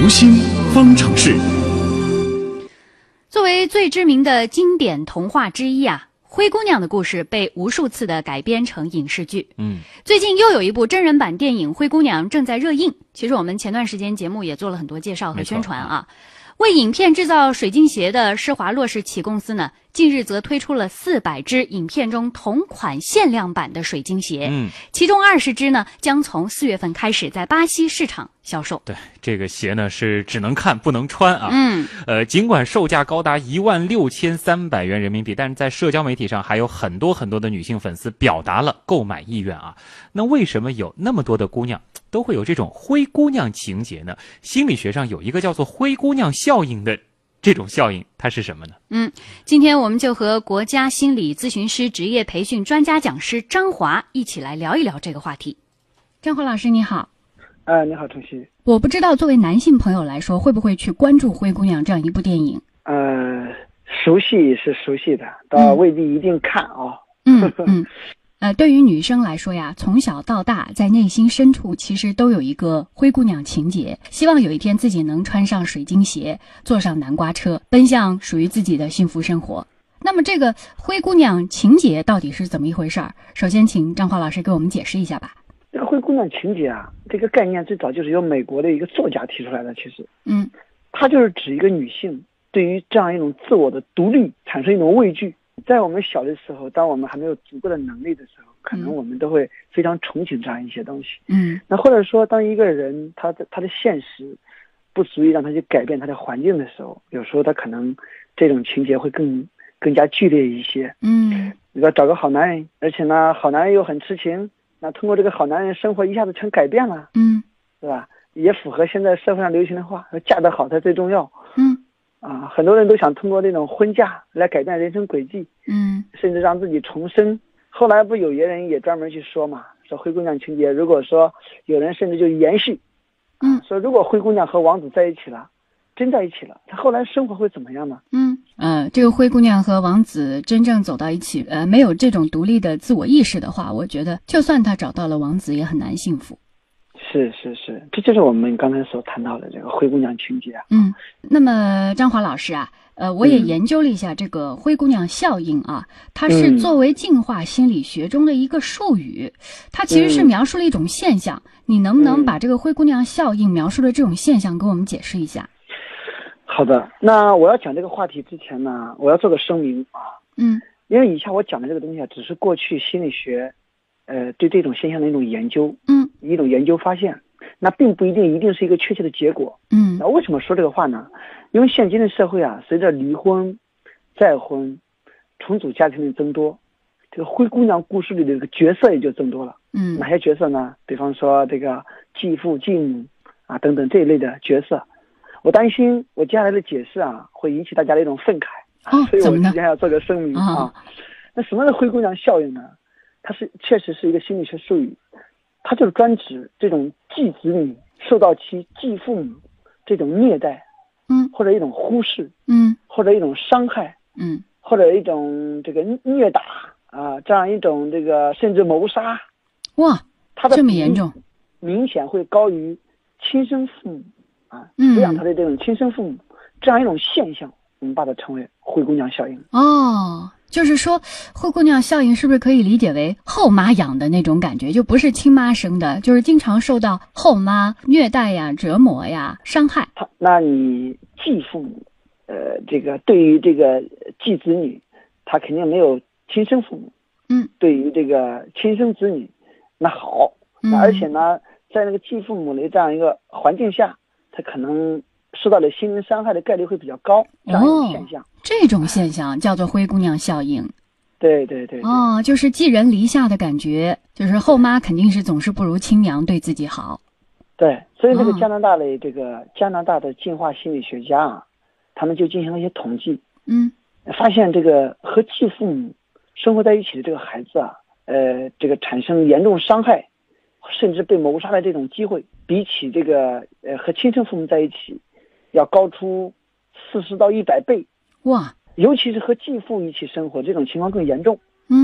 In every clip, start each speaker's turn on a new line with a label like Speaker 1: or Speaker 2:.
Speaker 1: 读心方程式。
Speaker 2: 作为最知名的经典童话之一啊，灰姑娘的故事被无数次的改编成影视剧。最近又有一部真人版电影《灰姑娘》正在热映。其实我们前段时间节目也做了很多介绍和宣传啊。为影片制造水晶鞋的施华洛世奇公司呢，近日则推出了400只影片中同款限量版的水晶鞋。其中20只呢将从4月份开始在巴西市场销售。
Speaker 3: 对，这个鞋呢是只能看不能穿啊。尽管售价高达16300元人民币，但是在社交媒体上还有很多的女性粉丝表达了购买意愿啊。那为什么有那么多的姑娘都会有这种灰姑娘情节呢？心理学上有一个叫做灰姑娘效应的这种效应，它是什么呢？
Speaker 2: 今天我们就和国家心理咨询师职业培训专家讲师张华一起来聊一聊这个话题。张华老师你好。
Speaker 4: 你好晨曦。我
Speaker 2: 不知道作为男性朋友来说，会不会去关注《灰姑娘》这样一部电影？
Speaker 4: 熟悉是熟悉的，但未必一定看啊。
Speaker 2: 对于女生来说呀，从小到大在内心深处其实都有一个灰姑娘情节，希望有一天自己能穿上水晶鞋，坐上南瓜车，奔向属于自己的幸福生活。那么这个灰姑娘情节到底是怎么一回事儿？首先请张华老师给我们解释一下吧。
Speaker 4: 这个灰姑娘情节啊，这个概念最早就是由美国的一个作家提出来的。其实它就是指一个女性对于这样一种自我的独立产生一种畏惧。在我们小的时候，当我们还没有足够的能力的时候，可能我们都会非常憧憬这样一些东西。那或者说当一个人他的现实不足以让他去改变他的环境的时候，有时候他可能这种情节会更加剧烈一些。你说找个好男人，而且呢好男人又很痴情，那通过这个好男人生活一下子全改变了，对吧？也符合现在社会上流行的话，说嫁得好才最重要。很多人都想通过这种婚嫁来改变人生轨迹，甚至让自己重生。后来不有些人也专门去说嘛，说灰姑娘情节，如果说有人甚至就延续，说如果灰姑娘和王子在一起了，真在一起了，他后来生活会怎么样呢？
Speaker 2: 这个灰姑娘和王子真正走到一起，没有这种独立的自我意识的话，我觉得就算她找到了王子，也很难幸福。
Speaker 4: 是，这就是我们刚才所谈到的这个灰姑娘情节。
Speaker 2: 那么张华老师啊，我也研究了一下这个灰姑娘效应啊，它是作为进化心理学中的一个术语，它其实是描述了一种现象。你能不能把这个灰姑娘效应描述的这种现象给我们解释一下？
Speaker 4: 好的，那我要讲这个话题之前呢，我要做个声明啊。因为以下我讲的这个东西啊，只是过去心理学对这种现象的一种研究，一种研究发现，那并不一定是一个确切的结果。那为什么说这个话呢？因为现今的社会啊，随着离婚、再婚、重组家庭的增多，这个灰姑娘故事里的这个角色也就增多了。哪些角色呢？比方说这个继父、继母啊等等这一类的角色。我担心我接下来的解释啊，会引起大家的一种愤慨，所以我今天要做个声明啊。那什么是灰姑娘效应呢？它确实是一个心理学术语，它就是专指这种继子女受到其继父母这种虐待，或者一种忽视，或者一种伤害，或者一种这个虐打啊，这样一种这个甚至谋杀。
Speaker 2: 哇，
Speaker 4: 它的
Speaker 2: 这么严重，
Speaker 4: 明显会高于亲生父母啊，抚养他的这种亲生父母，这样一种现象，我们把它称为灰姑娘效应。
Speaker 2: 就是说灰姑娘效应是不是可以理解为后妈养的那种感觉，就不是亲妈生的，就是经常受到后妈虐待呀、折磨呀、伤害。
Speaker 4: 那你继父母这个对于这个继子女，他肯定没有亲生父母。对于这个亲生子女那好，而且呢在那个继父母的这样一个环境下，他可能受到的心灵伤害的概率会比较高，这样一种现象。
Speaker 2: 这种现象叫做灰姑娘效应。
Speaker 4: 对。
Speaker 2: 就是寄人篱下的感觉，就是后妈肯定是总是不如亲娘对自己好。
Speaker 4: 对，所以这个加拿大的进化心理学家啊，他们就进行了一些统计，发现这个和继父母生活在一起的这个孩子啊，这个产生严重伤害，甚至被谋杀的这种机会，比起这个和亲生父母在一起，要高出40到100倍。
Speaker 2: 哇！
Speaker 4: 尤其是和继父一起生活，这种情况更严重。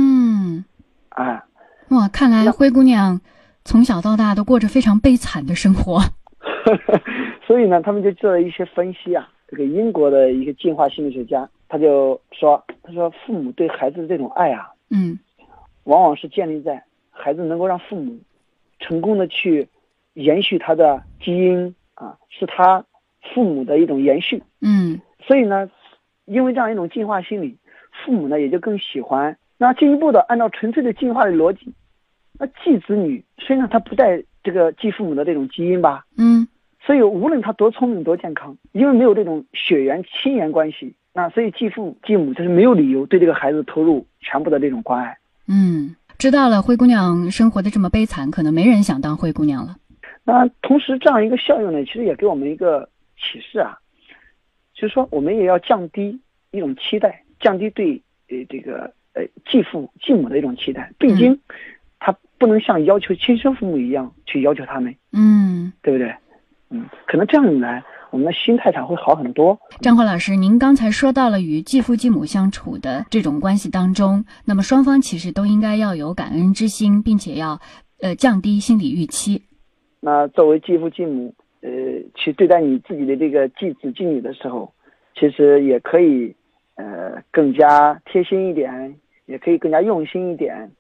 Speaker 2: 哇，看来灰姑娘从小到大都过着非常悲惨的生活。
Speaker 4: 所以呢，他们就做了一些分析啊。这个英国的一个进化心理学家，他说父母对孩子的这种爱啊，往往是建立在孩子能够让父母成功的去延续他的基因啊，是他父母的一种延续。所以呢，因为这样一种进化心理，父母呢也就更喜欢。那进一步的按照纯粹的进化的逻辑，那继子女虽然他不带这个继父母的这种基因吧，所以无论他多聪明多健康，因为没有这种血缘亲缘关系，那所以继父继母就是没有理由对这个孩子投入全部的这种关爱。
Speaker 2: 知道了灰姑娘生活的这么悲惨，可能没人想当灰姑娘了。
Speaker 4: 那同时这样一个效用呢，其实也给我们一个启示啊，就是说我们也要降低一种期待，降低对这个继父继母的一种期待。毕竟他不能像要求亲生父母一样去要求他们，对不对？可能这样一来，我们的心态上会好很多。
Speaker 2: 张华老师，您刚才说到了与继父继母相处的这种关系当中，那么双方其实都应该要有感恩之心，并且要降低心理预期。
Speaker 4: 那作为继父继母，去对待你自己的这个继子继女的时候，其实也可以更加贴心一点，也可以更加用心一点。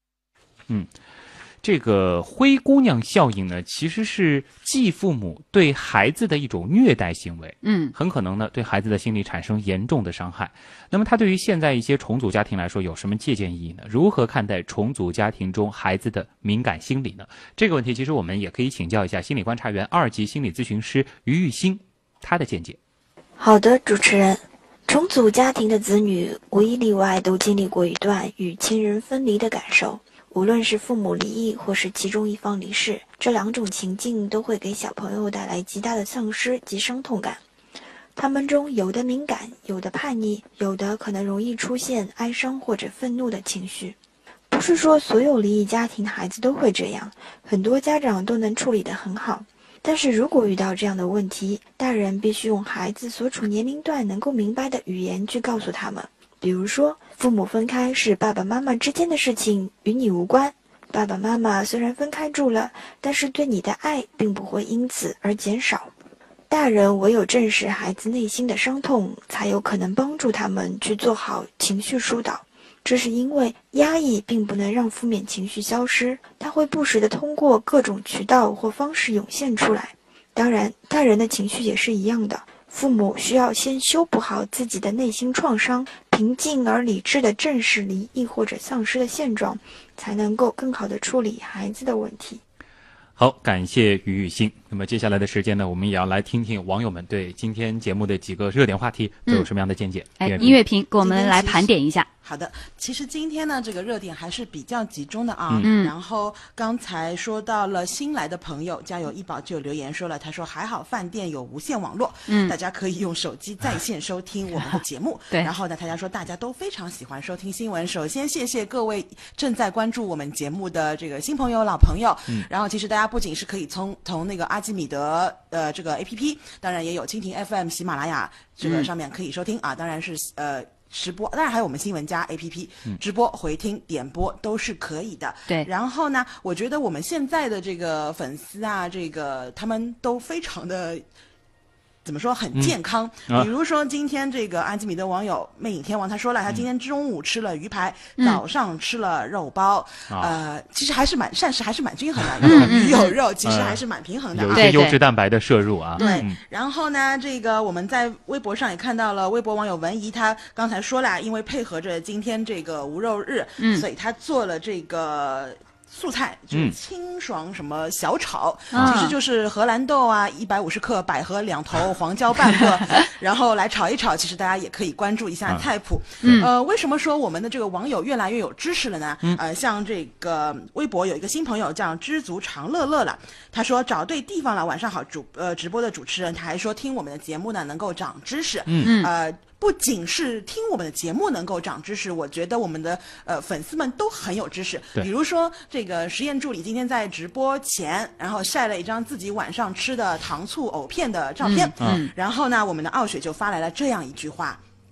Speaker 3: 这个灰姑娘效应呢，其实是继父母对孩子的一种虐待行为，很可能呢对孩子的心理产生严重的伤害。那么它对于现在一些重组家庭来说有什么借鉴意义呢？如何看待重组家庭中孩子的敏感心理呢？这个问题其实我们也可以请教一下心理观察员2级心理咨询师于玉兴，他的见解。
Speaker 1: 好的，主持人，重组家庭的子女无一例外都经历过一段与亲人分离的感受。无论是父母离异或是其中一方离世，这两种情境都会给小朋友带来极大的丧失及伤痛感。他们中有的敏感，有的叛逆，有的可能容易出现哀伤或者愤怒的情绪。不是说所有离异家庭的孩子都会这样，很多家长都能处理得很好。但是如果遇到这样的问题，大人必须用孩子所处年龄段能够明白的语言去告诉他们。比如说，父母分开是爸爸妈妈之间的事情，与你无关。爸爸妈妈虽然分开住了，但是对你的爱并不会因此而减少。大人唯有正视孩子内心的伤痛，才有可能帮助他们去做好情绪疏导。这是因为压抑并不能让负面情绪消失，它会不时地通过各种渠道或方式涌现出来。当然，大人的情绪也是一样的。父母需要先修补好自己的内心创伤，平静而理智地正视离异或者丧失的现状，才能够更好地处理孩子的问题。
Speaker 3: 好，感谢于玉兴。那么接下来的时间呢，我们也要来听听网友们对今天节目的几个热点话题都有什么样的见解。
Speaker 2: 音乐评给我们来盘点一下。
Speaker 5: 好的，其实今天呢，这个热点还是比较集中的啊。然后刚才说到了新来的朋友，家有一宝就留言说了，他说还好饭店有无线网络，大家可以用手机在线收听我们的节目。
Speaker 2: 对。
Speaker 5: 然后呢，大家说大家都非常喜欢收听新闻。首先谢谢各位正在关注我们节目的这个新朋友、老朋友。然后其实大家不仅是可以从那个阿基米德这个 APP， 当然也有蜻蜓 FM、喜马拉雅这个上面可以收听啊，当然是直播，当然还有我们新闻加 APP 直播、回听、点播都是可以的。
Speaker 2: 对，
Speaker 5: 然后呢，我觉得我们现在的这个粉丝啊，这个他们都非常的怎么说很健康。比如说今天这个阿基米德网友魅影天王他说了，他今天中午吃了鱼排，早上吃了肉包，其实还是膳食还是蛮均衡的，有鱼有肉，其实还是蛮平衡的，
Speaker 3: 有一些优质蛋白的摄入啊。
Speaker 5: 对，然后呢，这个我们在微博上也看到了，微博网友文怡他刚才说了，因为配合着今天这个无肉日，所以他做了这个素菜，就是清爽什么小炒，其实就是荷兰豆啊150克，百合2头，黄椒半个，然后来炒一炒。其实大家也可以关注一下菜谱。为什么说我们的这个网友越来越有知识了呢？像这个微博有一个新朋友叫知足常乐乐了，他说找对地方了。晚上好，直播的主持人，他还说听我们的节目呢能够长知识。不仅是听我们的节目能够长知识，我觉得我们的粉丝们都很有知识。比如说这个实验助理今天在直播前，然后晒了一张自己晚上吃的糖醋藕片的照片。然后呢，我们的傲雪就发来了这样一句话。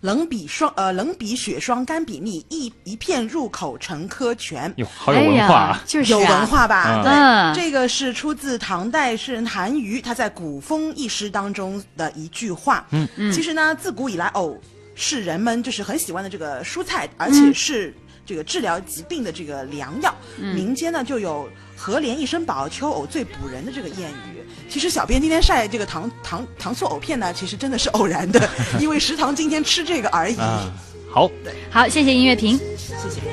Speaker 5: 冷比雪霜干比蜜，一片入口成颗泉。
Speaker 3: 哟，好有文化啊！
Speaker 2: 就是
Speaker 5: 有文化吧？
Speaker 2: 对，
Speaker 5: 这个是出自唐代诗人韩愈他在《古风》一诗当中的一句话。其实呢，自古以来藕是人们就是很喜欢的这个蔬菜，而且是这个治疗疾病的这个良药。民间呢就有荷莲一身饱，秋藕最补人的这个谚语。其实小编今天晒这个糖醋藕片呢，其实真的是偶然的，因为食堂今天吃这个而已。
Speaker 3: 好，
Speaker 2: 好，谢谢音乐评，
Speaker 5: 谢谢。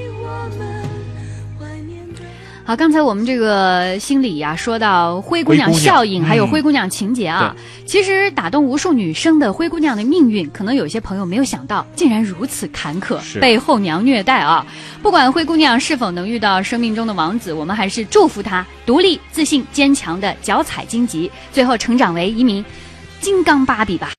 Speaker 2: 好，刚才我们这个心理呀，说到灰姑娘效应，还有灰姑娘情节啊，其实打动无数女生的灰姑娘的命运，可能有些朋友没有想到，竟然如此坎坷，被后娘虐待啊！不管灰姑娘是否能遇到生命中的王子，我们还是祝福她独立、自信、坚强的脚踩荆棘，最后成长为一名金刚芭比吧。